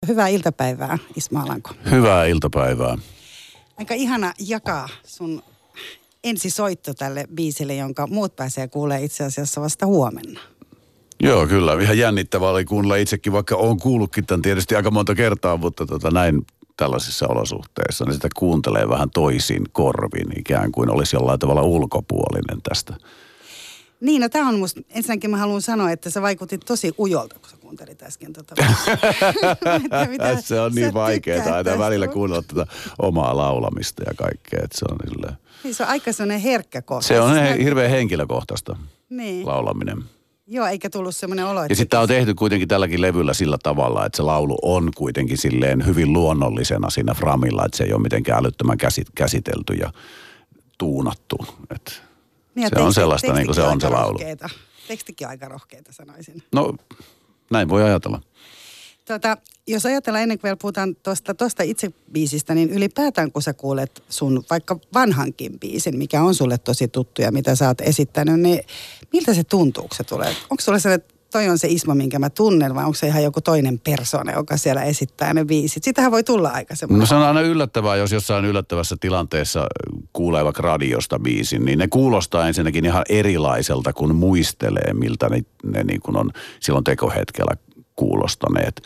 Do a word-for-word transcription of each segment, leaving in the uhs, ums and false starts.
Hyvää iltapäivää, Ismo Alanko. Hyvää iltapäivää. Aika ihana jakaa sun ensisoitto tälle biisille, jonka muut pääsee kuulemaan itse asiassa vasta huomenna. Joo, kyllä. Ihan jännittävää oli kuunnella itsekin, vaikka olen kuullutkin tämän tietysti aika monta kertaa, mutta tota, näin tällaisissa olosuhteissa, niin sitä kuuntelee vähän toisin korvin, ikään kuin olisi jollain tavalla ulkopuolinen tästä. Niin, no tämä on musta, ensinnäkin mä haluan sanoa, että sä vaikutit tosi ujolta, kun sä kuuntelit äsken tota. Se on niin vaikeaa aina välillä kuunnella tätä omaa laulamista ja kaikkea, että se on silleen. Niin, se on aika sellainen herkkä kohta. Se on he, hirveän henkilökohtaista niin. laulaminen. Joo, eikä tullut semmoinen olo, että... Ja sitten on tehty kuitenkin tälläkin levyllä sillä tavalla, että se laulu on kuitenkin silleen hyvin luonnollisena siinä framilla, että se ei ole mitenkään älyttömän käsit, käsitelty ja tuunattu. Että niin, se on sellaista niin kuin se on se laulu. Rohkeita. Tekstikin aika rohkeita, sanoisin. No, näin voi ajatella. Tota, jos ajatellaan ennen kuin vielä puhutaan tuosta tosta itse biisistä, niin ylipäätään kun sä kuulet sun vaikka vanhankin biisin, mikä on sulle tosi tuttu ja mitä sä oot esittänyt, niin miltä se tuntuu, kun se tulee? Onko sulle sellainen, että toi on se Ismo, minkä mä tunnen, vai onko se ihan joku toinen persona, joka siellä esittää ne biisit? Sitähän voi tulla aika semmoinen. No se on aina yllättävää, jos jossain yllättävässä tilanteessa kuulee vaikka radiosta biisin, niin ne kuulostaa ensinnäkin ihan erilaiselta, kun muistelee, miltä ne, ne niin kuin on silloin tekohetkellä kuulostaneet.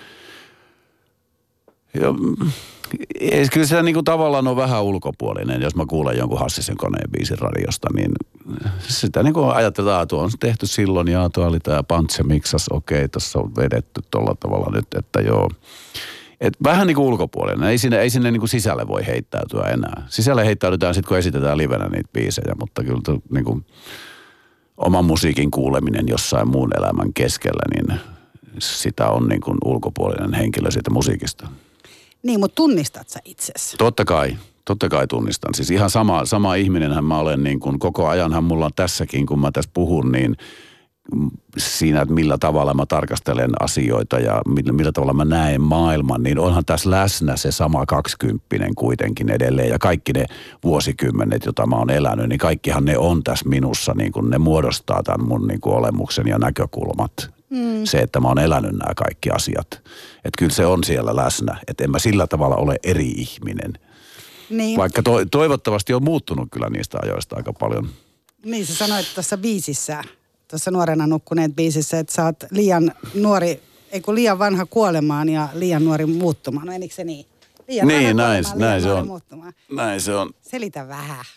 Ja, kyllä se niin kuin tavallaan on vähän ulkopuolinen. Jos mä kuulen jonkun Hassisen koneen biisin radiosta, niin sitä niin kuin ajatellaan, että tuo on tehty silloin ja tuo oli tämä Pantse miksas, okei, tuossa on vedetty tuolla tavalla nyt, että joo. Et vähän niin kuin ulkopuolinen. Ei sinne, ei sinne niin kuin sisälle voi heittäytyä enää. Sisälle heittäydytään sitten, kun esitetään livenä niitä biisejä, mutta kyllä to, niin kuin oman musiikin kuuleminen jossain muun elämän keskellä, niin sitä on niin kuin ulkopuolinen henkilö siitä musiikista. Niin, mutta tunnistat sä itsesi? Totta kai, totta kai tunnistan. Siis ihan sama, sama ihminenhän mä olen niin kuin koko ajanhan mulla on tässäkin, kun mä tässä puhun, niin siinä, että millä tavalla mä tarkastelen asioita ja millä, millä tavalla mä näen maailman, niin onhan tässä läsnä se sama kaksikymppinen kuitenkin edelleen. Ja kaikki ne vuosikymmenet, joita mä oon elänyt, niin kaikkihan ne on tässä minussa, niin kuin ne muodostaa tämän mun niin kuin olemuksen ja näkökulmat. Mm. Se, että mä oon elänyt nämä kaikki asiat. Että kyllä se on siellä läsnä. Että en mä sillä tavalla ole eri ihminen. Niin. Vaikka to, toivottavasti on muuttunut kyllä niistä ajoista aika paljon. Niin, sä sanoit tuossa biisissä, tuossa Nuorena nukkuneet biisissä, että sä oot liian nuori, ei kun liian vanha kuolemaan ja liian nuori muuttumaan. No enikö se niin? Liian niin, näin, näin se on. Muuttumaan. Näin se on. Selitä vähän.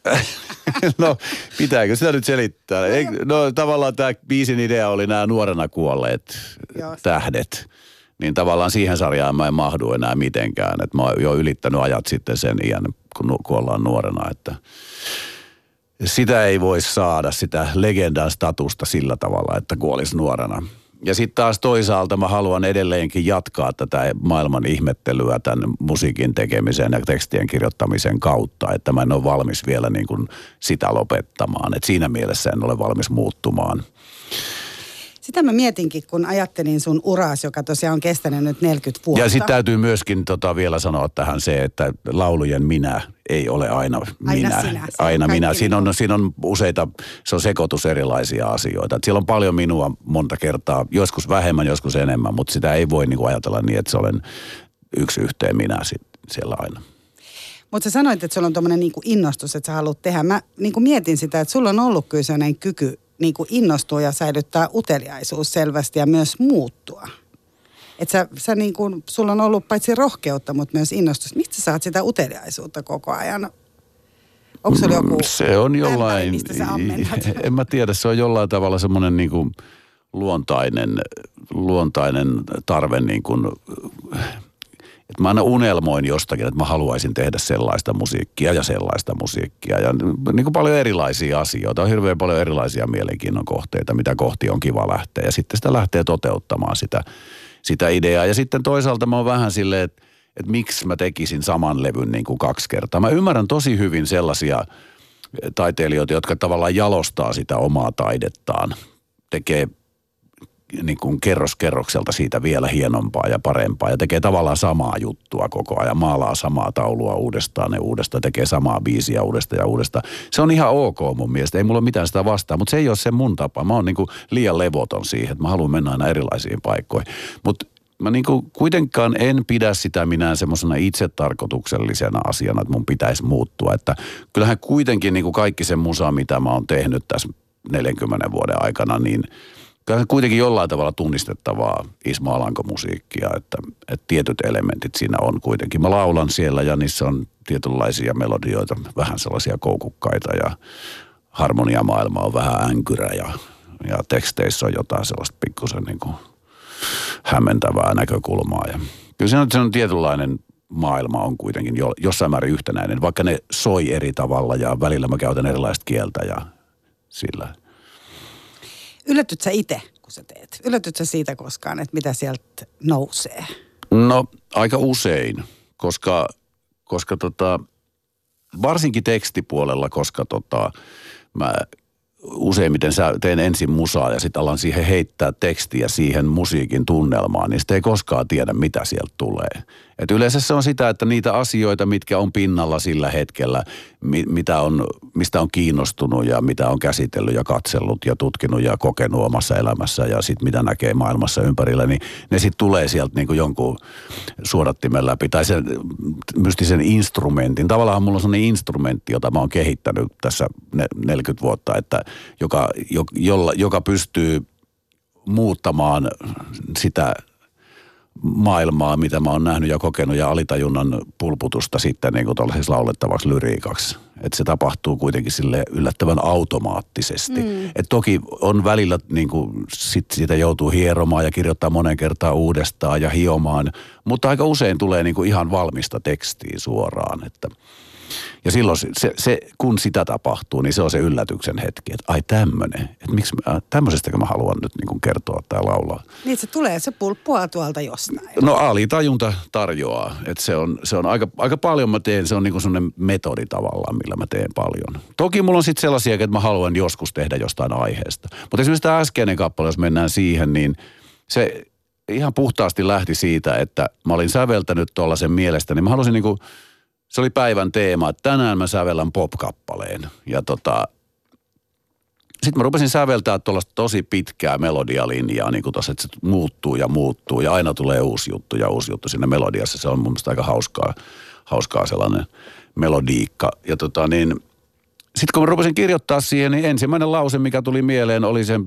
No, pitääkö sitä nyt selittää? Ei, no tavallaan tämä biisin idea oli nämä nuorena kuolleet Joo. tähdet. Niin tavallaan siihen sarjaan mä en mahdu enää mitenkään. Että mä oon jo ylittänyt ajat sitten sen iän, kun kuollaan nuorena. Että sitä ei voi saada, sitä legendan statusta sillä tavalla, että kuolisi nuorena. Ja sitten taas toisaalta mä haluan edelleenkin jatkaa tätä maailman ihmettelyä tämän musiikin tekemisen ja tekstien kirjoittamisen kautta, että mä en ole valmis vielä niin kuin sitä lopettamaan. Et siinä mielessä en ole valmis muuttumaan. Sitä mä mietinkin, kun ajattelin sun uraas, joka tosiaan on kestänyt nyt neljäkymmentä vuotta. Ja sitten täytyy myöskin tota vielä sanoa tähän se, että laulujen minä ei ole aina minä. Aina sinä. Aina minä. Siinä on, siinä on useita, se on sekoitus erilaisia asioita. Et siellä on paljon minua monta kertaa, joskus vähemmän, joskus enemmän, mutta sitä ei voi niinku ajatella niin, että se olen yksi yhteen minä sit siellä aina. Mutta sä sanoit, että sulla on tommoinen niinku innostus, että sä haluat tehdä. Mä niinku mietin sitä, että sulla on ollut kyllä sellainen kyky niin kuin innostua ja säilyttää uteliaisuus selvästi ja myös muuttua. Että sä, sä niin kuin, sulla on ollut paitsi rohkeutta, mutta myös innostus. Mistä sä saat sitä uteliaisuutta koko ajan? Onko sulla joku se on jollain, ämpäri, mistä sä ammennat? En mä tiedä, se on jollain tavalla semmoinen niin kuin luontainen, luontainen tarve niin kuin, että mä aina unelmoin jostakin, että mä haluaisin tehdä sellaista musiikkia ja sellaista musiikkia. Ja niin kuin paljon erilaisia asioita. On hirveän paljon erilaisia mielenkiinnon kohteita, mitä kohti on kiva lähteä. Ja sitten sitä lähtee toteuttamaan sitä, sitä ideaa. Ja sitten toisaalta mä oon vähän silleen, että, että miksi mä tekisin saman levyn niin kuin kaksi kertaa. Mä ymmärrän tosi hyvin sellaisia taiteilijoita, jotka tavallaan jalostaa sitä omaa taidettaan. Tekee niin kuin kerros kerrokselta siitä vielä hienompaa ja parempaa ja tekee tavallaan samaa juttua koko ajan, maalaa samaa taulua uudestaan ja uudestaan, tekee samaa biisiä uudestaan ja uudestaan. Se on ihan ok mun mielestä, ei mulla ole mitään sitä vastaan, mutta se ei ole se mun tapa. Mä oon niin kuin liian levoton siihen, että mä haluan mennä aina erilaisiin paikkoihin. Mutta mä niinku kuitenkaan en pidä sitä minään semmoisena itsetarkoituksellisena asiana, että mun pitäisi muuttua. Että kyllähän kuitenkin niinku kaikki se musa, mitä mä oon tehnyt tässä neljänkymmenen vuoden aikana, niin kyllähän kuitenkin jollain tavalla tunnistettavaa Ismo Alanko-musiikkia, että, että tietyt elementit siinä on kuitenkin. Mä laulan siellä ja niissä on tietynlaisia melodioita, vähän sellaisia koukukkaita ja harmoniamaailma on vähän änkyrä ja, ja teksteissä on jotain sellaista pikkusen niin kuin hämmentävää näkökulmaa. Ja kyllä se on, se on tietynlainen maailma on kuitenkin jo, jossain määrin yhtenäinen, vaikka ne soi eri tavalla ja välillä mä käytän erilaista kieltä ja sillä. Yllätyt sä itse, kun sä teet? Yllätyt sä siitä koskaan, että mitä sieltä nousee? No aika usein, koska, koska tota, varsinkin tekstipuolella, koska tota, mä useimmiten teen ensin musaa ja sitten alan siihen heittää tekstiä siihen musiikin tunnelmaan, niin sitten ei koskaan tiedä, mitä sieltä tulee. Et yleensä se on sitä, että niitä asioita, mitkä on pinnalla sillä hetkellä, mitä on, mistä on kiinnostunut ja mitä on käsitellyt ja katsellut ja tutkinut ja kokenut omassa elämässä ja sitten mitä näkee maailmassa ympärillä, niin ne sitten tulee sieltä niin kuin jonkun suodattimen läpi tai sen mystisen instrumentin. Tavallaan mulla on sellainen instrumentti, jota mä oon kehittänyt tässä neljäkymmentä vuotta, että joka, jolla, joka pystyy muuttamaan sitä maailmaa, mitä mä oon nähnyt ja kokenut ja alitajunnan pulputusta sitten niin kuin tuollaisessa laulettavaksi lyriikaksi. Että se tapahtuu kuitenkin sille yllättävän automaattisesti. Mm. Että toki on välillä niin kuin sit sitä joutuu hieromaan ja kirjoittaa monen kertaan uudestaan ja hiomaan, mutta aika usein tulee niin kuin ihan valmista tekstiä suoraan, että ja silloin se, se, kun sitä tapahtuu, niin se on se yllätyksen hetki, että ai tämmönen, että miksi mä, tämmöisestäkö mä haluan nyt niin kuin kertoa tai laulaa. Niin se tulee, se pulppua tuolta jostain. No alitajunta tarjoaa, että se on, se on aika, aika paljon mä teen, se on niin kuin sellainen metodi tavallaan, millä mä teen paljon. Toki mulla on sitten sellaisia, että mä haluan joskus tehdä jostain aiheesta. Mutta esimerkiksi tämä äskeinen kappale, jos mennään siihen, niin se ihan puhtaasti lähti siitä, että mä olin säveltänyt tuollaisen mielestä, niin mä halusin niin kuin se oli päivän teema, että tänään mä sävellän pop-kappaleen. Ja tota, sitten mä rupesin säveltää tuollaista tosi pitkää melodialinjaa, niin kuin tossa, että se muuttuu ja muuttuu ja aina tulee uusi juttu ja uusi juttu siinä melodiassa. Se on mun mielestä aika hauskaa, hauskaa sellainen melodiikka. Ja tota niin, sitten kun mä rupesin kirjoittaa siihen, niin ensimmäinen lause, mikä tuli mieleen, oli se,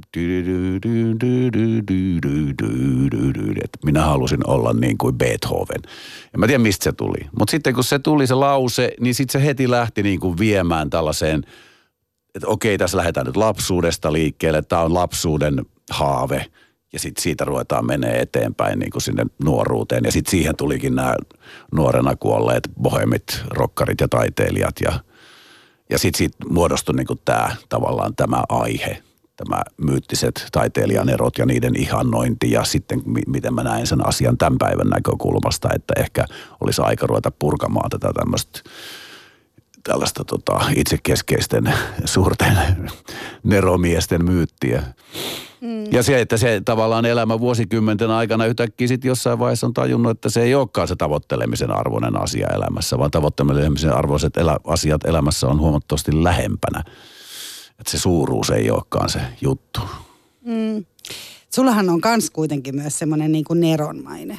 että minä halusin olla niin kuin Beethoven. En mä tiedä, mistä se tuli. Mutta sitten kun se tuli se lause, niin sitten se heti lähti niin kuin viemään tällaiseen, että okei, tässä lähdetään nyt lapsuudesta liikkeelle. Tämä on lapsuuden haave. Ja sitten siitä ruvetaan menee eteenpäin niin kuin sinne nuoruuteen. Ja sitten siihen tulikin nämä nuorena kuolleet bohemit, rokkarit ja taiteilijat ja Ja sitten siitä muodostui niinku tämä tavallaan tämä aihe, tämä myyttiset taiteilijan erot ja niiden ihannointi ja sitten m- miten mä näen sen asian tämän päivän näkökulmasta, että ehkä olisi aika ruveta purkamaan tätä tämmöistä tällaista tota, itsekeskeisten suurten neromiesten myyttiä. Mm. Ja se, että se tavallaan elämä vuosikymmenten aikana yhtäkkiä sitten jossain vaiheessa on tajunnut, että se ei olekaan se tavoittelemisen arvoinen asia elämässä, vaan tavoittelemisen arvoiset elä, asiat elämässä on huomattavasti lähempänä. Että se suuruus ei olekaan se juttu. Mm. Sullahan on kans kuitenkin myös semmoinen niin kuin neronmaine.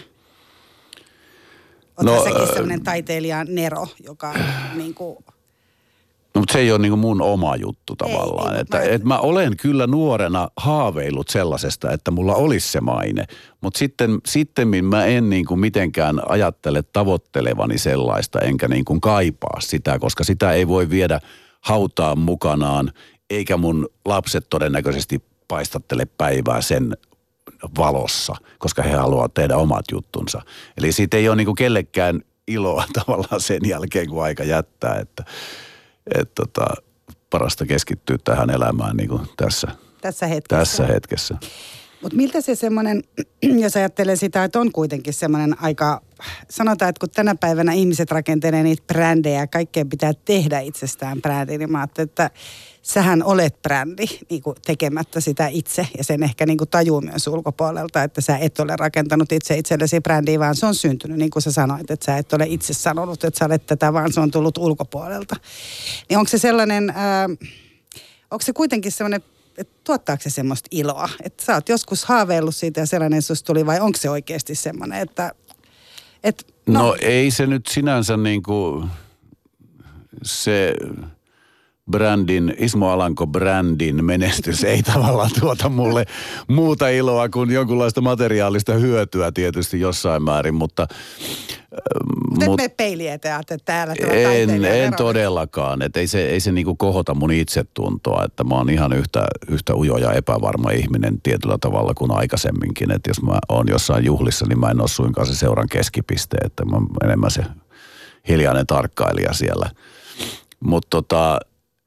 Oletko no, säkin semmoinen taiteilija Nero, joka niin kuin no, mutta se ei ole niin kuin mun oma juttu tavallaan. Ei, ei, että, mä... että mä olen kyllä nuorena haaveillut sellaisesta, että mulla olisi se maine. Mutta sitten sittemmin mä en niin kuin mitenkään ajattele tavoittelevani sellaista, enkä niin kuin kaipaa sitä, koska sitä ei voi viedä hautaan mukanaan, eikä mun lapset todennäköisesti paistattele päivää sen valossa, koska he haluavat tehdä omat juttunsa. Eli siitä ei ole niin kuin kellekään iloa tavallaan sen jälkeen, kun aika jättää, että että tota, parasta keskittyä tähän elämään niin kuin tässä, tässä hetkessä. Tässä hetkessä. Mutta miltä se semmoinen, jos ajattelee sitä, että on kuitenkin semmoinen aika, sanotaan, että kun tänä päivänä ihmiset rakentelee niitä brändejä ja kaikkeen pitää tehdä itsestään brändi, niin mä ajattelin, että sähän olet brändi niin kuin tekemättä sitä itse ja sen ehkä niin kuin tajuu myös ulkopuolelta, että sä et ole rakentanut itse itsellesi brändiä, vaan se on syntynyt, niin kuin sä sanoit, että sä et ole itse sanonut, että sä olet tätä, vaan se on tullut ulkopuolelta. Niin onko se sellainen, ää, onko se kuitenkin sellainen et tuottaako se semmoista iloa? Että sä oot joskus haaveillut siitä ja sellainen susta tuli, vai onko se oikeasti semmoinen, että... Et, no. no ei se nyt sinänsä niin kuin se brändin, Ismo Alanko-brändin menestys ei tavallaan tuota mulle muuta iloa kuin jonkunlaista materiaalista hyötyä tietysti jossain määrin, mutta... Mutta mut, et mene peiliin eteen, että täällä En, en todellakaan. Että ei se, ei se niinku kohota mun itsetuntoa, että mä oon ihan yhtä, yhtä ujo ja epävarma ihminen tietyllä tavalla kuin aikaisemminkin. Että jos mä oon jossain juhlissa, niin mä en ole suinkaan se seuran keskipiste, että mä oon enemmän se hiljainen tarkkailija siellä. Mutta tota,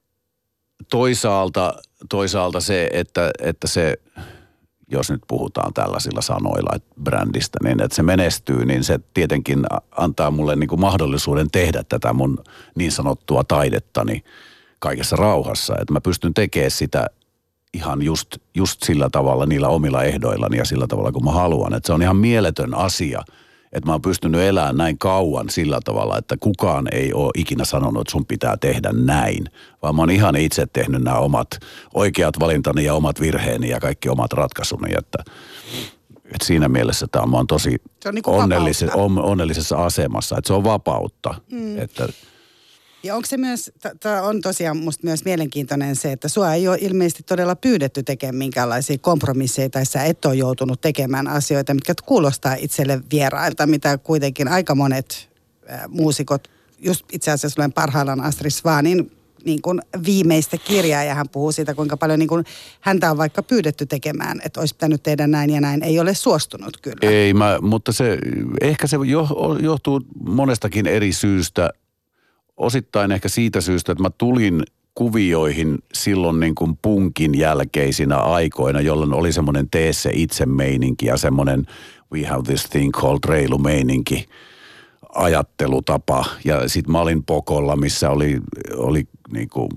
toisaalta, toisaalta se, että, että se... jos nyt puhutaan tällaisilla sanoilla että brändistä, niin että se menestyy, niin se tietenkin antaa mulle niin kuin mahdollisuuden tehdä tätä mun niin sanottua taidettani kaikessa rauhassa. Että mä pystyn tekemään sitä ihan just, just sillä tavalla, niillä omilla ehdoillani ja sillä tavalla, kun mä haluan. Että se on ihan mieletön asia, että mä oon pystynyt elämään näin kauan sillä tavalla, että kukaan ei ole ikinä sanonut, että sun pitää tehdä näin. Vaan mä oon ihan itse tehnyt nämä omat oikeat valintani ja omat virheeni ja kaikki omat ratkaisuni. Että, että siinä mielessä tämä on, mä oon tosi niin onnellisessa, onnellisessa asemassa. Että se on vapautta. Mm. Että, ja onko se myös, tämä on tosiaan musta myös mielenkiintoinen se, että sua ei ole ilmeisesti todella pyydetty tekemään minkäänlaisia kompromisseja tai sä et ole joutunut tekemään asioita, mitkä kuulostaa itselle vierailta, mitä kuitenkin aika monet äh, muusikot, just itse asiassa olen parhaillaan Astrid Svanin niin kuin viimeistä kirjaa ja hän puhuu siitä, kuinka paljon niin kuin häntä on vaikka pyydetty tekemään, että olisi pitänyt tehdä näin ja näin, ei ole suostunut kyllä. Ei, mä, mutta se, ehkä se johtuu monestakin eri syystä. Osittain ehkä siitä syystä, että mä tulin kuvioihin silloin niin kuin punkin jälkeisinä aikoina, jolloin oli semmoinen tee se itse meininki ja semmoinen we have this thing called reilu meininki ajattelutapa. Ja sit mä olin Pokolla, missä oli, oli niin kuin,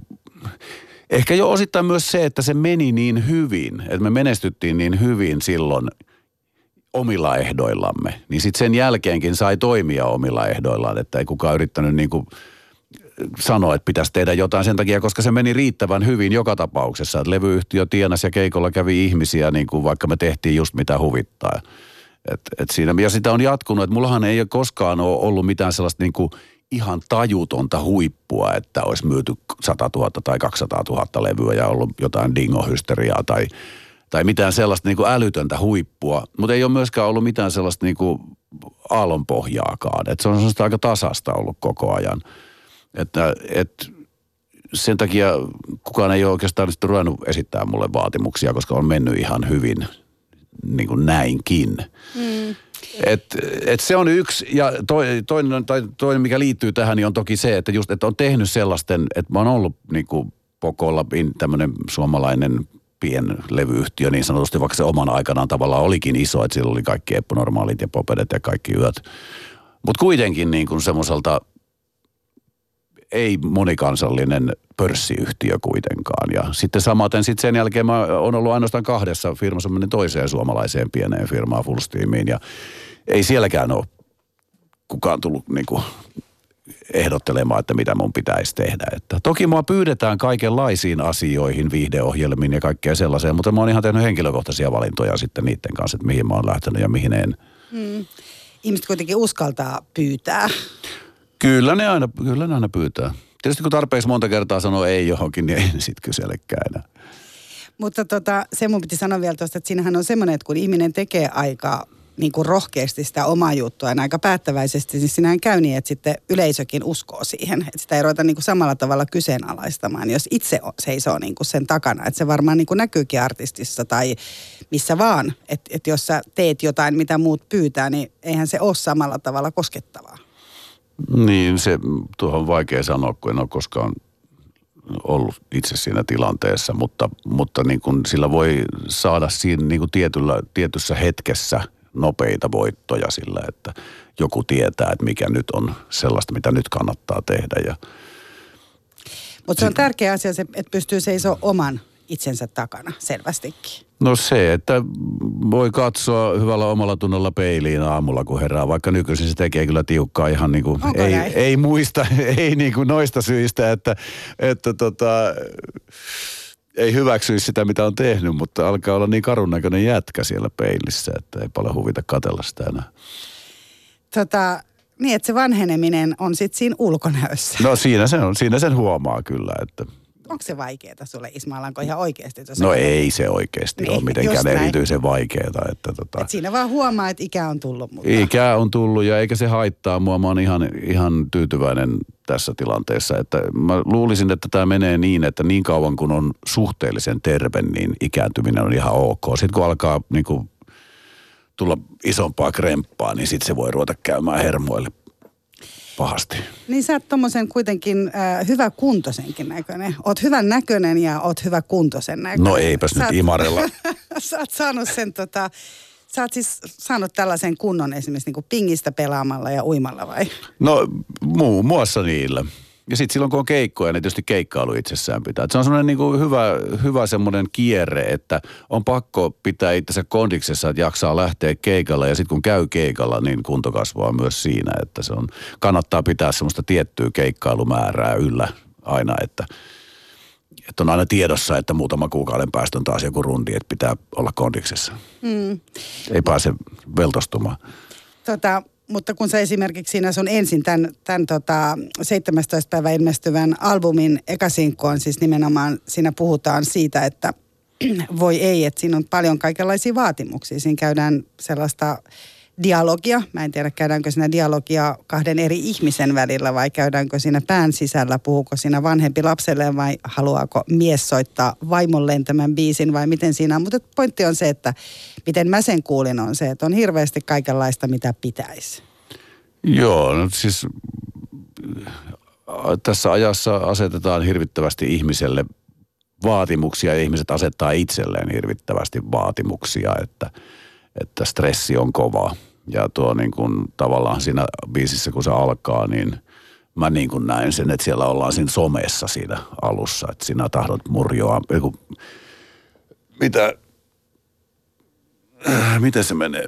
ehkä jo osittain myös se, että se meni niin hyvin, että me menestyttiin niin hyvin silloin omilla ehdoillamme. Niin sit sen jälkeenkin sai toimia omilla ehdoillaan, että ei kukaan yrittänyt niin kuin sanoa, että pitäisi tehdä jotain sen takia, koska se meni riittävän hyvin joka tapauksessa. Että levyyhtiö tienasi ja keikolla kävi ihmisiä, niin kuin vaikka me tehtiin just mitä huvittaa. Et, et siinä, ja sitä on jatkunut, että mullahan ei ole koskaan ole ollut mitään sellaista niin kuin ihan tajutonta huippua, että olisi myyty sata tuhatta tai kaksisataa tuhatta levyä ja ollut jotain dingohysteriaa tai, tai mitään sellaista niin kuin älytöntä huippua. Mutta ei ole myöskään ollut mitään sellaista niin kuin aallonpohjaakaan. Että se on sellaista aika tasasta ollut koko ajan. Että, että sen takia kukaan ei ole oikeastaan nyt ruvennut esittämään mulle vaatimuksia, koska on mennyt ihan hyvin niin kuin näinkin. Mm. Että et se on yksi, ja toinen, tai toinen, mikä liittyy tähän, niin on toki se, että just, että on tehnyt sellaisten, että mä oon ollut niin kuin Pokolla tämmöinen suomalainen pienlevyyhtiö niin sanotusti, vaikka se oman aikanaan tavallaan olikin iso, että siellä oli kaikki Eppu-normaalit ja Popedet ja kaikki yöt. Mutta kuitenkin niin kuin semmoiselta ei monikansallinen pörssiyhtiö kuitenkaan. Ja sitten samaten sitten sen jälkeen mä oon ollut ainoastaan kahdessa firmassa, menin toiseen suomalaiseen pieneen firmaan Fullsteamiin. Ja ei sielläkään ole kukaan tullut niinku ehdottelemaan, että mitä mun pitäisi tehdä. Että toki mua pyydetään kaikenlaisiin asioihin, viihdeohjelmiin ja kaikkea sellaiseen, mutta mä oon ihan tehnyt henkilökohtaisia valintoja sitten niiden kanssa, että mihin mä oon lähtenyt ja mihin en. Hmm. Ihmiset kuitenkin uskaltaa pyytää. Kyllä ne aina, kyllä ne aina pyytää. Tietysti kun tarpeeksi monta kertaa sanoo ei johonkin, niin ei sitten kyselekään enää. Mutta tota, se mun piti sanoa vielä tuosta, että siinähän on semmoinen, että kun ihminen tekee aika niin kuin rohkeasti sitä omaa juttua ja aika päättäväisesti, niin siinähän käy niin, että sitten yleisökin uskoo siihen. Että sitä ei ruveta niin kuin samalla tavalla kyseenalaistamaan, jos itse seisoo niin kuin sen takana. Että se varmaan niin kuin näkyykin artistissa tai missä vaan. Että, että jos sä teet jotain, mitä muut pyytää, niin eihän se ole samalla tavalla koskettavaa. Niin, se tuohon on vaikea sanoa, kun en ole koskaan ollut itse siinä tilanteessa, mutta, mutta niin kuin sillä voi saada siinä niin kuin tietyllä, tietyssä hetkessä nopeita voittoja sillä, että joku tietää, että mikä nyt on sellaista, mitä nyt kannattaa tehdä. Ja mutta se on tärkeä asia, että pystyy seisoo oman itsensä takana selvästikin. No se, että voi katsoa hyvällä omalla tunnolla peiliin aamulla, kun herää. Vaikka nykyisin se tekee kyllä tiukkaa ihan niin kuin, ei, ei muista, ei niin kuin noista syistä, että, että tota, ei hyväksyisi sitä, mitä on tehnyt, mutta alkaa olla niin karun näköinen jätkä siellä peilissä, että ei paljon huvita katsella sitä enää. Tota, niin, että se vanheneminen on sitten siinä ulkonäössä. No siinä sen, on, siinä sen huomaa kyllä, että... Onko se vaikeaa sulle, Isma Alanko, ihan oikeasti? No ei se oikeasti niin, ole mitenkään erityisen vaikeaa. Että tota... Et siinä vaan huomaa, että ikä on tullut. Mutta... Ikä on tullut ja eikä se haittaa mua. Mä oon ihan, ihan tyytyväinen tässä tilanteessa. Että mä luulisin, että tämä menee niin, että niin kauan kun on suhteellisen terve, niin ikääntyminen on ihan ok. Sitten kun alkaa niin kuin, tulla isompaa kremppaa, niin sitten se voi ruveta käymään hermoille pahasti. Niin sä oot tommosen kuitenkin äh, hyvä kuntoisenkin näköinen. Oot hyvän näköinen ja oot hyvä kuntoisen näköinen. No eipäs sä nyt oot, imarella. Sä oot saanut sen tota, sä oot siis saanut tällaisen kunnon esimerkiksi niin kuin pingistä pelaamalla ja uimalla vai? No muun muassa niillä. Ja sitten silloin kun on keikkoja, niin tietysti keikkailu itsessään pitää. Et se on semmoinen niin hyvä, hyvä semmoinen kierre, että on pakko pitää itsensä kondiksessa, että jaksaa lähteä keikalla. Ja sitten kun käy keikalla, niin kunto kasvaa myös siinä, että se on, kannattaa pitää semmoista tiettyä keikkailumäärää yllä aina, että, että on aina tiedossa, että muutama kuukauden päästä on taas joku rundi, että pitää olla kondiksessa. Mm. Ei pääse veltostumaan. Tota... Mutta kun sä esimerkiksi siinä sun ensin tämän, tämän tota seitsemästoista päivä ilmestyvän albumin ekasinkku on siis nimenomaan, siinä puhutaan siitä, että voi ei, että siinä on paljon kaikenlaisia vaatimuksia. Siinä käydään sellaista dialogia. Mä en tiedä, käydäänkö siinä dialogia kahden eri ihmisen välillä vai käydäänkö siinä pään sisällä, puhuuko siinä vanhempi lapselle vai haluaako mies soittaa vaimolleen tämän biisin vai miten siinä on. Mutta pointti on se, että miten mä sen kuulin on se, että on hirveästi kaikenlaista, mitä pitäisi. Joo, no siis tässä ajassa asetetaan hirvittävästi ihmiselle vaatimuksia ja ihmiset asettaa itselleen hirvittävästi vaatimuksia, että, että stressi on kova. Ja tuo niin kuin tavallaan siinä biisissä, kun se alkaa, niin mä niin kuin näen sen, että siellä ollaan siinä somessa siinä alussa, että sinä tahdot murjoa. Mitä, äh, miten se menee?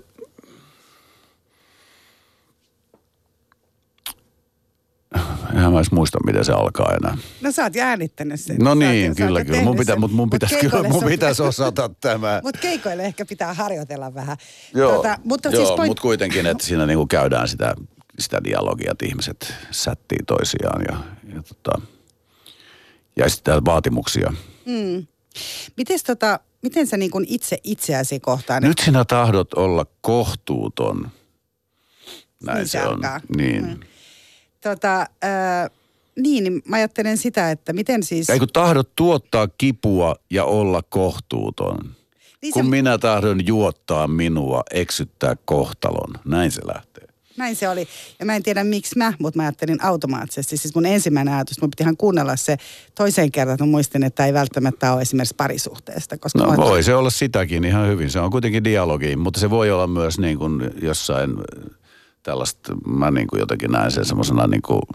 Enhän mä edes muista, miten se alkaa enää. No sä oot äänittänyt sen. No niin, oot, kyllä, kyllä. Mun, pitä, mut mun, pitäisi, kyllä, mun pitäisi osata tämä. Mutta keikoille ehkä pitää harjoitella vähän. Joo, tota, mutta joo siis point... mut kuitenkin, että siinä niinku käydään sitä, sitä dialogia, että ihmiset sättii toisiaan ja, ja, tota, ja sitten vaatimuksia. Mm. Mites tota, miten sä niinku itse itseäsi kohtaan? Nyt sinä tahdot olla kohtuuton. Näin niin se, se on. Niin. Mm. Tota, äh, niin, niin mä ajattelen sitä, että miten siis... Ja kun tahdot tuottaa kipua ja olla kohtuuton. Niin kun se... minä tahdon juottaa minua, eksyttää kohtalon. Näin se lähtee. Näin se oli. Ja mä en tiedä miksi mä, mutta mä ajattelin automaattisesti. Siis mun ensimmäinen ajatus, mun piti ihan kuunnella se toiseen kertaan, että mä muistin, että ei välttämättä ole esimerkiksi parisuhteesta. Koska no mä... voi se olla sitäkin ihan hyvin. Se on kuitenkin dialogi, mutta se voi olla myös niin kuin jossain... Tällaista, mä niin kuin jotenkin näen sen semmoisena niin kuin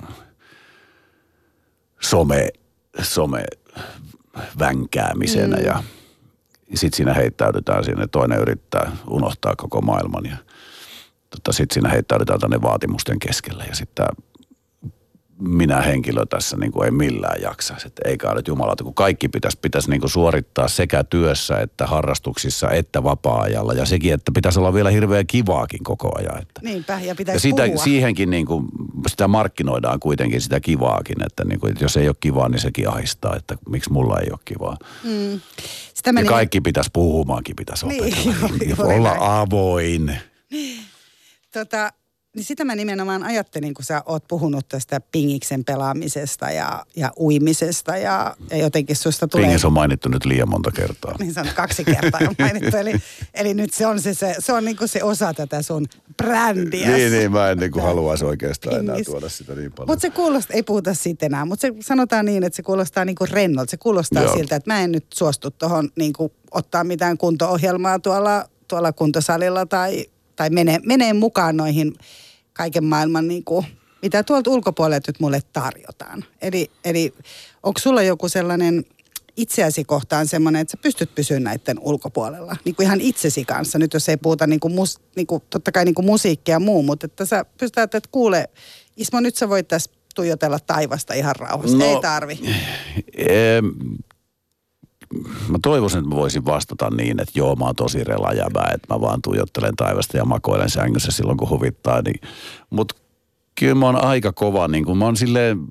some, some vänkäämisenä mm. ja sitten siinä heittäydytään sinne, toinen yrittää unohtaa koko maailman ja tota, sitten siinä heittäydytään tänne vaatimusten keskelle ja sitten minä henkilö tässä niin kuin ei millään jaksa, että eikä nyt jumalauta, kun kaikki pitäisi, pitäisi niin kuin suorittaa sekä työssä että harrastuksissa että vapaa-ajalla ja sekin, että pitäisi olla vielä hirveän kivaakin koko ajan. Että. Niinpä, ja pitäisi ja sitä, puhua. Siihenkin niin kuin, sitä markkinoidaan kuitenkin sitä kivaakin, että, niin kuin, että jos ei ole kivaa, niin sekin ahistaa, että miksi mulla ei ole kivaa. Mm. Sitä meni... Ja kaikki pitäisi puhumaankin, pitäisi niin, opetella, joo, olla avoin. Tota... Niin sitä mä nimenomaan ajattelin, kun sä oot puhunut tästä pingiksen pelaamisesta ja, ja uimisesta ja, ja jotenkin susta tulee... Pingis on mainittu nyt liian monta kertaa. Niin se on kaksi kertaa on mainittu, eli, eli nyt se on se, se, se, on niinku se osa tätä sun brändiä. Niin, niin mä en niin kuin haluaisi oikeastaan pingis. Enää tuoda sitä niin paljon. Mutta se kuulostaa, ei puhuta siitä enää, mutta se sanotaan niin, että se kuulostaa niinku rennolta. Se kuulostaa Joo. siltä, että mä en nyt suostu tuohon niinku ottaa mitään kunto-ohjelmaa tuolla, tuolla kuntosalilla tai... tai menee, menee mukaan noihin kaiken maailman, niin kuin, mitä tuolta ulkopuolelta nyt mulle tarjotaan. Eli, eli onko sulla joku sellainen itseäsi kohtaan semmoinen, että sä pystyt pysymään näiden ulkopuolella, niin kuin ihan itsesi kanssa. Nyt jos ei puhuta niin kuin mus, niin kuin, totta kai niin kuin musiikkia ja muu, mutta että sä pystyt, että kuule, Ismo, nyt sä voit tässä tuijotella taivasta ihan rauhassa. No, ei tarvi. Eh, mä toivoisin, että mä voisin vastata niin, että joo, mä oon tosi relajävää, että mä vaan tuijottelen taivasta ja makoilen sängyssä silloin, kun huvittaa. Niin. Mutta kyllä mä oon aika kova, niin kuin mä oon silleen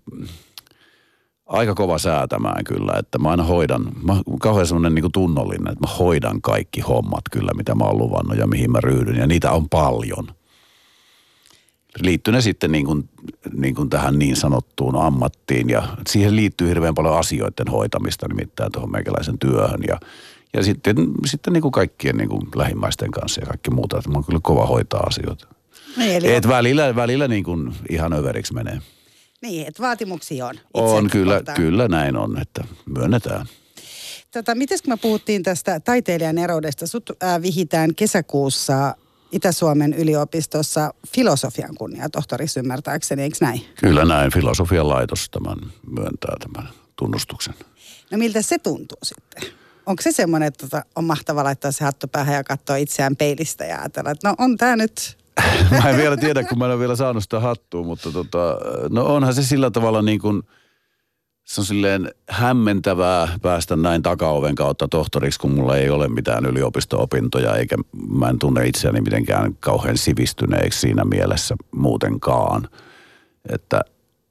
aika kova säätämään kyllä, että mä aina hoidan, mä oon kauhean semmoinen niin kuin tunnollinen, että mä hoidan kaikki hommat kyllä, mitä mä oon luvannut ja mihin mä ryhdyn, ja niitä on paljon. Liittyy ne sitten niin kuin, niin kuin tähän niin sanottuun ammattiin, ja siihen liittyy hirveän paljon asioiden hoitamista nimittäin tuohon meikäläisen työhön, ja, ja sitten, sitten niin kuin kaikkien niin kuin lähimmäisten kanssa ja kaikki muuta, että mä oon kyllä kova hoitaa asioita. Niin, eli et välillä, välillä niin kuin ihan överiksi menee. Niin, että vaatimuksia on. On, kyllä, kyllä näin on, että myönnetään. Tota, miten kun me puhuttiin tästä taiteilijan eroudesta, sut äh, vihitään kesäkuussa Itä-Suomen yliopistossa filosofian kunniatohtoriksi ymmärtääkseni, eikö näin? Kyllä näin, filosofian laitos tämän myöntää tämän tunnustuksen. No miltä se tuntuu sitten? Onko se semmoinen, että tota, on mahtava laittaa se hattu päähän ja katsoa itseään peilistä ja ajatella, että no on tää nyt... Mä en vielä tiedä, kun mä en ole vielä saanut sitä hattua, mutta tota, no onhan se sillä tavalla niin kuin, se on silleen hämmentävää päästä näin takaoven kautta tohtoriksi, kun mulla ei ole mitään yliopisto-opintoja, eikä mä en tunne itseäni mitenkään kauhean sivistyneeksi siinä mielessä muutenkaan. Että,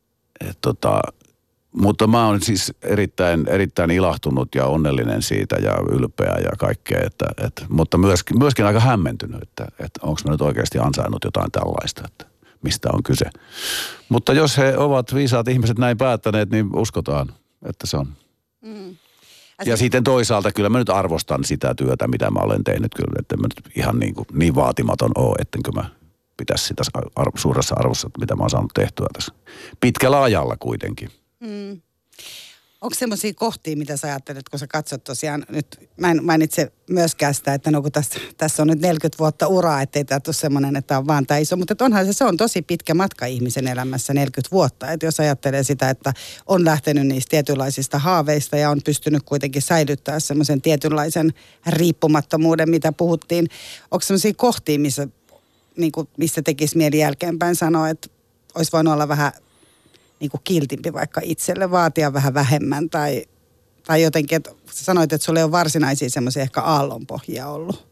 et tota, mutta mä oon siis erittäin, erittäin ilahtunut ja onnellinen siitä ja ylpeä ja kaikkea, että, et, mutta myöskin, myöskin aika hämmentynyt, että, että onko mä nyt oikeasti ansainnut jotain tällaista, että mistä on kyse. Mutta jos he ovat viisaat ihmiset näin päättäneet, niin uskotaan, että se on. Mm. Ja sitten toisaalta kyllä mä nyt arvostan sitä työtä, mitä mä olen tehnyt kyllä, että mä nyt ihan niin, kuin, niin vaatimaton ole, ettenkö mä pitäisi sitä ar- suuressa arvossa, mitä mä oon saanut tehtyä tässä. Pitkällä ajalla kuitenkin. Mm. Onko semmoisia kohtia, mitä sä ajattelet, kun sä katsot tosiaan, nyt mä en mainitse myöskään sitä, että no kun tässä, tässä on nyt neljäkymmentä vuotta uraa, ettei tämä tule semmoinen, että on vaan tämä iso, mutta onhan se, se on tosi pitkä matka ihmisen elämässä neljäkymmentä vuotta, että jos ajattelee sitä, että on lähtenyt niistä tietynlaisista haaveista ja on pystynyt kuitenkin säilyttämään semmoisen tietynlaisen riippumattomuuden, mitä puhuttiin, onko semmoisia kohtia, missä, niin kuin, missä tekisi mieli jälkeenpäin sanoa, että olisi voinut olla vähän niin kuin kiltimpi vaikka itselle, vaatia vähän vähemmän tai, tai jotenkin, että sanoit, että sulla ei ole varsinaisia semmoisia ehkä aallonpohjia ollut.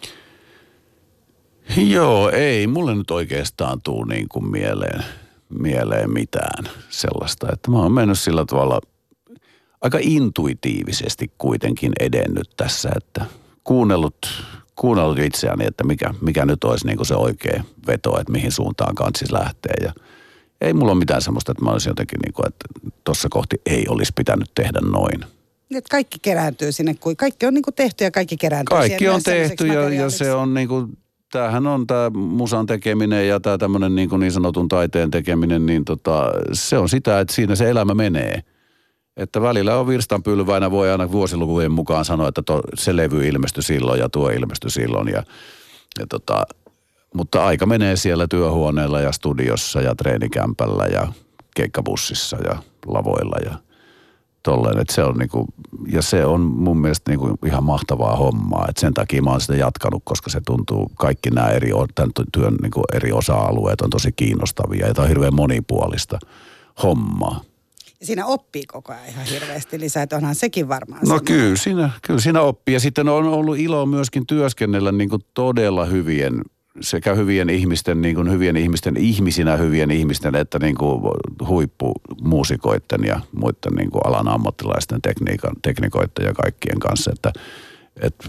Joo, ei. Mulle nyt oikeastaan tuu niin kuin mieleen, mieleen mitään sellaista, että mä oon mennyt sillä tavalla aika intuitiivisesti kuitenkin edennyt tässä, että kuunnellut, kuunnellut itseäni, että mikä, mikä nyt olisi niin kuin se oikea veto, että mihin suuntaan kansis lähtee ja ei mulla ole mitään semmoista, että mä olisin jotenkin niin kuin, että tuossa kohti ei olisi pitänyt tehdä noin. Että kaikki kerääntyy sinne, kun kaikki on niin kuin tehty ja kaikki kerääntyy kaikki siihen. Kaikki on tehty ja, ja se on niin kuin, tämähän on tämä musan tekeminen ja tämä tämmöinen niin, niin sanotun taiteen tekeminen, niin tota, se on sitä, että siinä se elämä menee. Että välillä on virstanpylväinä, voi aina vuosilukujen mukaan sanoa, että to, se levy ilmestyi silloin ja tuo ilmestyi silloin ja, ja tota... Mutta aika menee siellä työhuoneella ja studiossa ja treenikämpällä ja keikkabussissa ja lavoilla ja tolleen. Et se on niinku, ja se on mun mielestä niinku ihan mahtavaa hommaa. Et sen takia mä oon sitä jatkanut, koska se tuntuu, kaikki nämä eri, tämän työn niinku eri osa-alueet on tosi kiinnostavia ja tämä on hirveän monipuolista hommaa. Ja siinä oppii koko ajan ihan hirveästi lisää, että onhan sekin varmaan. No kyllä siinä, kyllä siinä oppii. Ja sitten on ollut ilo myöskin työskennellä niinku todella hyvien sekä hyvien ihmisten, niin kuin hyvien ihmisten, ihmisinä hyvien ihmisten, että niin kuin huippumuusikoiden ja muiden niin kuin alan ammattilaisten tekniikan, teknikoiden ja kaikkien kanssa, että, että,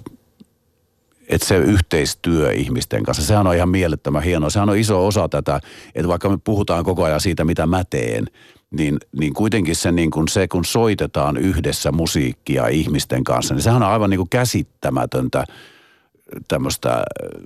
että se yhteistyö ihmisten kanssa, sehän on ihan mielettömän hienoa. Sehän on iso osa tätä, että vaikka me puhutaan koko ajan siitä, mitä mä teen, niin, niin kuitenkin se, niin kuin se, kun soitetaan yhdessä musiikkia ihmisten kanssa, niin sehän on aivan niin kuin käsittämätöntä tämmöistä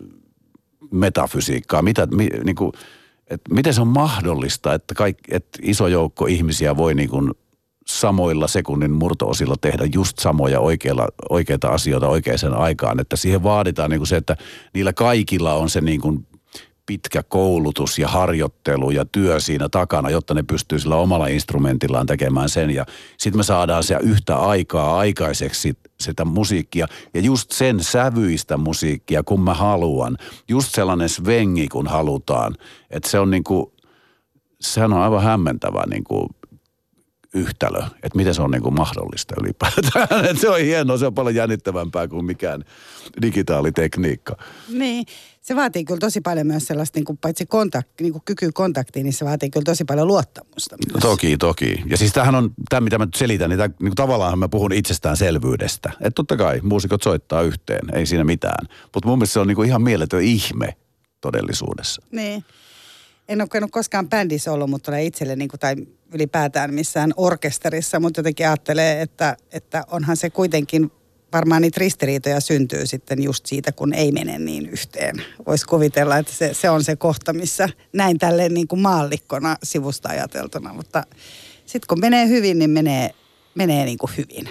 metafysiikkaa, mitä, mi, niin kuin, että miten se on mahdollista, että, kaikki, että iso joukko ihmisiä voi niin kuin samoilla sekunnin murto-osilla tehdä just samoja oikeilla, oikeita asioita oikeaan aikaan, että siihen vaaditaan niin kuin se, että niillä kaikilla on se niin kuin pitkä koulutus ja harjoittelu ja työ siinä takana, jotta ne pystyy sillä omalla instrumentillaan tekemään sen. Ja sitten me saadaan se yhtä aikaa aikaiseksi sitä musiikkia ja just sen sävyistä musiikkia, kun mä haluan. Just sellainen svengi, kun halutaan. Että se on niinku, sehän on aivan hämmentävä niinku yhtälö, että miten se on niin kuin mahdollista ylipäätään. Että se on hienoa, se on paljon jännittävämpää kuin mikään digitaalitekniikka. Niin, se vaatii kyllä tosi paljon myös sellaista, niin kuin paitsi kontakt, niin kuin kyky kontaktiin, niin se vaatii kyllä tosi paljon luottamusta myös. Toki, toki. Ja siis tämähän on, tämä mitä mä nyt selitän, niin, tämä, niin kuin tavallaan mä puhun itsestäänselvyydestä. Että totta kai muusikot soittaa yhteen, ei siinä mitään. Mutta mun mielestä se on niin kuin ihan mieletön ihme todellisuudessa. Niin. En ole käynyt koskaan bändissä ollut, mutta olen itselle niin kuin, tai ylipäätään missään orkesterissa, mutta jotenkin ajattelee, että, että onhan se kuitenkin, varmaan niitä ristiriitoja syntyy sitten just siitä, kun ei mene niin yhteen. Voisi kuvitella, että se, se on se kohta, missä näin tälleen niin kuin maallikkona sivusta ajateltuna, mutta sitten kun menee hyvin, niin menee, menee niin kuin hyvin.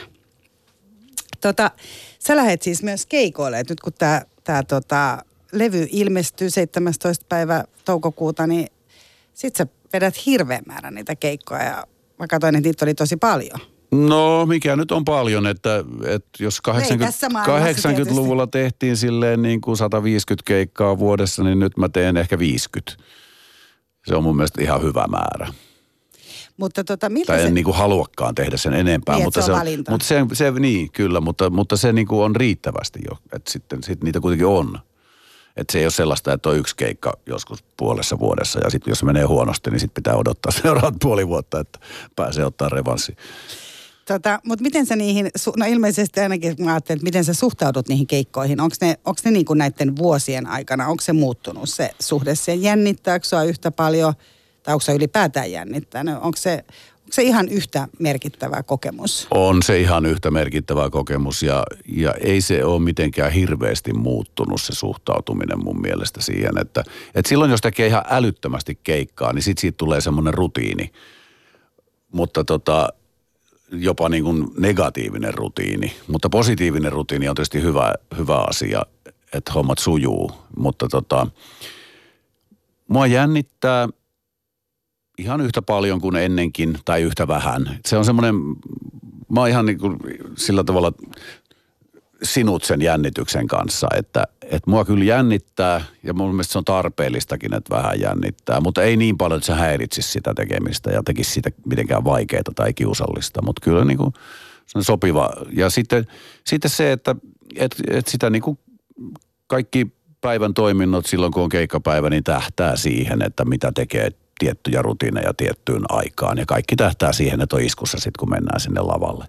Tota, sä lähdet siis myös keikoille, että nyt kun tämä tää, tota, levy ilmestyy seitsemästoista päivä toukokuuta, niin sit sä vedät hirveän määrän niitä keikkoja ja mä katsoin, että niitä oli tosi paljon. No, mikä nyt on paljon, että, että jos kahdeksankymmentäluvulla tehtiin silleen niin kuin sata viisikymmentä keikkaa vuodessa, niin nyt mä teen ehkä viisikymmentä. Se on mun mielestä ihan hyvä määrä. Mutta tota, miltä tai en se... niin kuin haluakaan tehdä sen enempää. Niin, mutta se on se, valinta. mutta se, se, niin, kyllä, mutta, mutta se niin kuin on riittävästi jo, että sitten sit niitä kuitenkin on. Että se ei ole sellaista, että on yksi keikka joskus puolessa vuodessa ja sitten jos se menee huonosti, niin sitten pitää odottaa seuraavat puoli vuotta, että pääsee ottaa revanssi. Tota, mutta miten sä niihin, no ilmeisesti ainakin mä ajattelin, että miten sä suhtaudut niihin keikkoihin. Onko ne, onko ne niin kuin näiden vuosien aikana, onko se muuttunut se suhde siihen? Jännittääkö sua yhtä paljon tai onko se ylipäätään jännittänyt? Onko se, onko se ihan yhtä merkittävä kokemus? On se ihan yhtä merkittävä kokemus ja, ja ei se ole mitenkään hirveästi muuttunut se suhtautuminen mun mielestä siihen, että, että silloin jos tekee ihan älyttömästi keikkaa, niin sitten siitä tulee semmoinen rutiini. Mutta tota, jopa niin kuin negatiivinen rutiini, mutta positiivinen rutiini on tietysti hyvä, hyvä asia, että hommat sujuu, mutta tota, mua jännittää ihan yhtä paljon kuin ennenkin tai yhtä vähän. Se on semmoinen, mä oon ihan niin kuin sillä tavalla sinut sen jännityksen kanssa, että, että mua kyllä jännittää ja mun mielestä se on tarpeellistakin, että vähän jännittää, mutta ei niin paljon, että se häiritsisi sitä tekemistä ja tekisi sitä mitenkään vaikeaa tai kiusallista, mutta kyllä niin kuin se on sopiva. Ja sitten, sitten se, että, että, että sitä niin kuin kaikki päivän toiminnot silloin, kun on keikkapäivä, niin tähtää siihen, että mitä tekee tiettyjä rutiineja tiettyyn aikaan ja kaikki tähtää siihen, että on iskussa sitten, kun mennään sinne lavalle.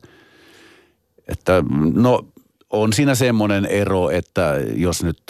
Että no on siinä semmoinen ero, että jos nyt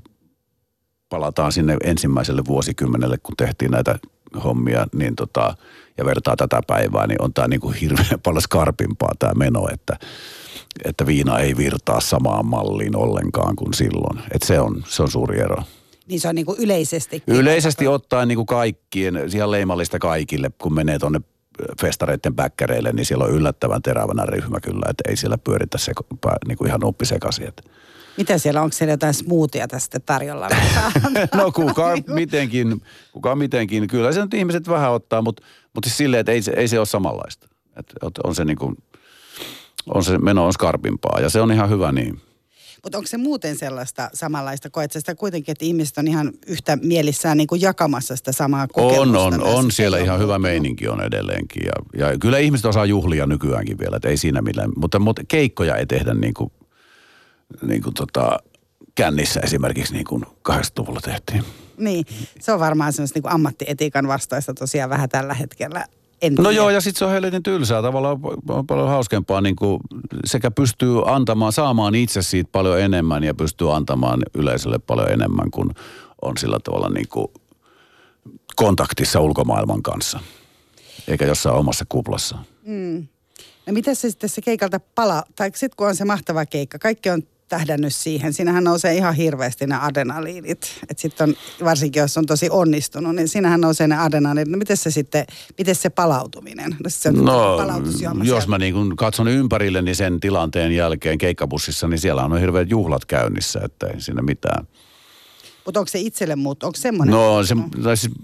palataan sinne ensimmäiselle vuosikymmenelle, kun tehtiin näitä hommia, niin tota, ja vertaa tätä päivää, niin on tämä niin kuin hirveän paljon skarpimpaa tämä meno, että, että viina ei virtaa samaan malliin ollenkaan kuin silloin. Että se on, se on suuri ero. Niin se on niin kuin yleisesti. Yleisesti ottaen niin kuin kaikkien, ihan leimallista kaikille, kun menee tuonne festareiden bäkkäreille, niin siellä on yllättävän terävänä ryhmä kyllä, että ei siellä pyöritä se niin kuin ihan uppisekaisin. Mitä siellä, onko siellä jotain smoothia tästä tarjolla? No kuka mitenkin, kuka mitenkin, kyllä se nyt ihmiset vähän ottaa, mutta, mutta siis silleen, että ei se, ei se ole samanlaista. Että on se niin kuin, on se meno on skarpimpaa ja se on ihan hyvä niin. Mutta onko se muuten sellaista samanlaista? Koet sä sitä kuitenkin, että ihmiset on ihan yhtä mielissään niin kuin jakamassa sitä samaa kokemusta? On, on, on. Siellä ihan hyvä meininki on edelleenkin. Ja, ja kyllä ihmiset osaa juhlia nykyäänkin vielä, että ei siinä millään. Mutta, mutta keikkoja ei tehdä niin kuin, niin kuin tota, kännissä esimerkiksi niin kuin kahdeksankymmentäluvulla tehtiin. Niin, se on varmaan semmoista niin kuin ammattietiikan vastaista tosiaan vähän tällä hetkellä. No joo, ja sitten se on helvetin tylsää. Tavallaan on paljon hauskempaa, niin kuin sekä pystyy antamaan, saamaan itse siitä paljon enemmän ja pystyy antamaan yleisölle paljon enemmän, kuin on sillä tavalla niin kuin kontaktissa ulkomaailman kanssa, eikä jossain omassa kuplassa. Mm. No mitä se sitten se keikalta palaa, tai sitten kun on se mahtava keikka, kaikki on tähdännyt siihen. Siinähän nousee ihan hirveästi ne adrenaliinit. Että sitten on, varsinkin jos on tosi onnistunut, niin siinähän nousee ne adrenaliinit. No miten se sitten, miten se palautuminen? No, se no jos mä niin kun katson ympärille, niin sen tilanteen jälkeen keikkabussissa, niin siellä on hirveät juhlat käynnissä, että ei siinä mitään. Mutta onko se itselle muuttu? Onko semmoinen? No se, tai siis,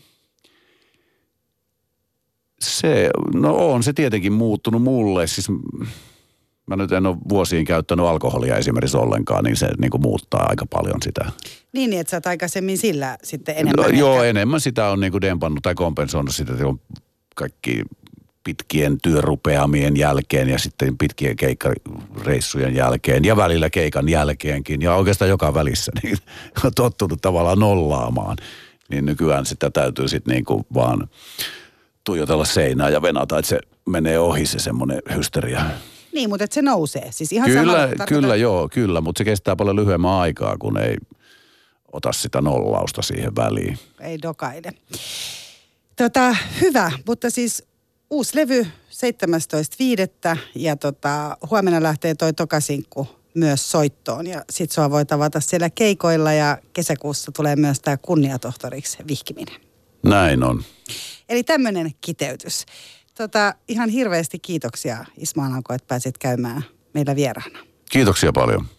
se, no on se tietenkin muuttunut mulle, siis mä nyt en ole vuosiin käyttänyt alkoholia esimerkiksi ollenkaan, niin se niin kuin muuttaa aika paljon sitä. Niin, että sä oot aikaisemmin sillä sitten enemmän. No, joo, enemmän sitä on niin kuin dempannut tai kompensoinut sitä, että on kaikki pitkien työrupeamien jälkeen ja sitten pitkien keikkareissujen jälkeen ja välillä keikan jälkeenkin ja oikeastaan joka välissä niin on tottunut tavallaan nollaamaan. Niin nykyään sitä täytyy sitten niinku vaan tuijotella seinää ja venata, että se menee ohi se semmoinen hysteria. Niin, mutta että se nousee. Siis ihan kyllä, samalla, kyllä tarkoitan... joo, kyllä, mutta se kestää paljon lyhyemmän aikaa, kun ei ota sitä nollausta siihen väliin. Ei dokaile. Tota, hyvä, mutta siis uusi levy seitsemästoista viidettä ja tota, huomenna lähtee toi tokasinkku myös soittoon ja sit sua voi tavata siellä keikoilla ja kesäkuussa tulee myös tää kunniatohtoriksi vihkiminen. Näin on. Eli tämmönen kiteytys. Tota, ihan hirveästi kiitoksia Ismo Alanko, että pääsit käymään meillä vieraana. Kiitoksia paljon.